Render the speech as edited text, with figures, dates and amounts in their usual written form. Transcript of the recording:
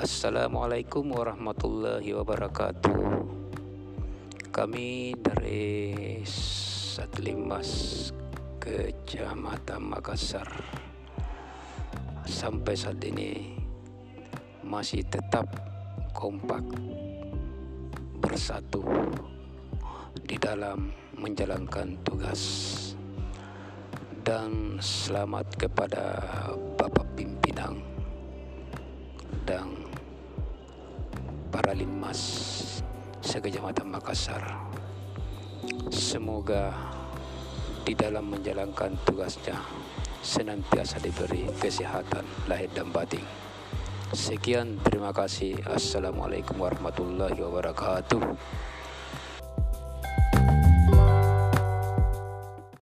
Assalamualaikum warahmatullahi wabarakatuh. Kami dari Satlimas Kecamatan Makassar sampai saat ini masih tetap kompak bersatu di dalam menjalankan tugas. Dan selamat kepada Bapak Pimpinan dan para linmas sekecamatan Makassar. Semoga di dalam menjalankan tugasnya senantiasa diberi kesehatan lahir dan batin. Sekian, terima kasih. Assalamualaikum warahmatullahi wabarakatuh.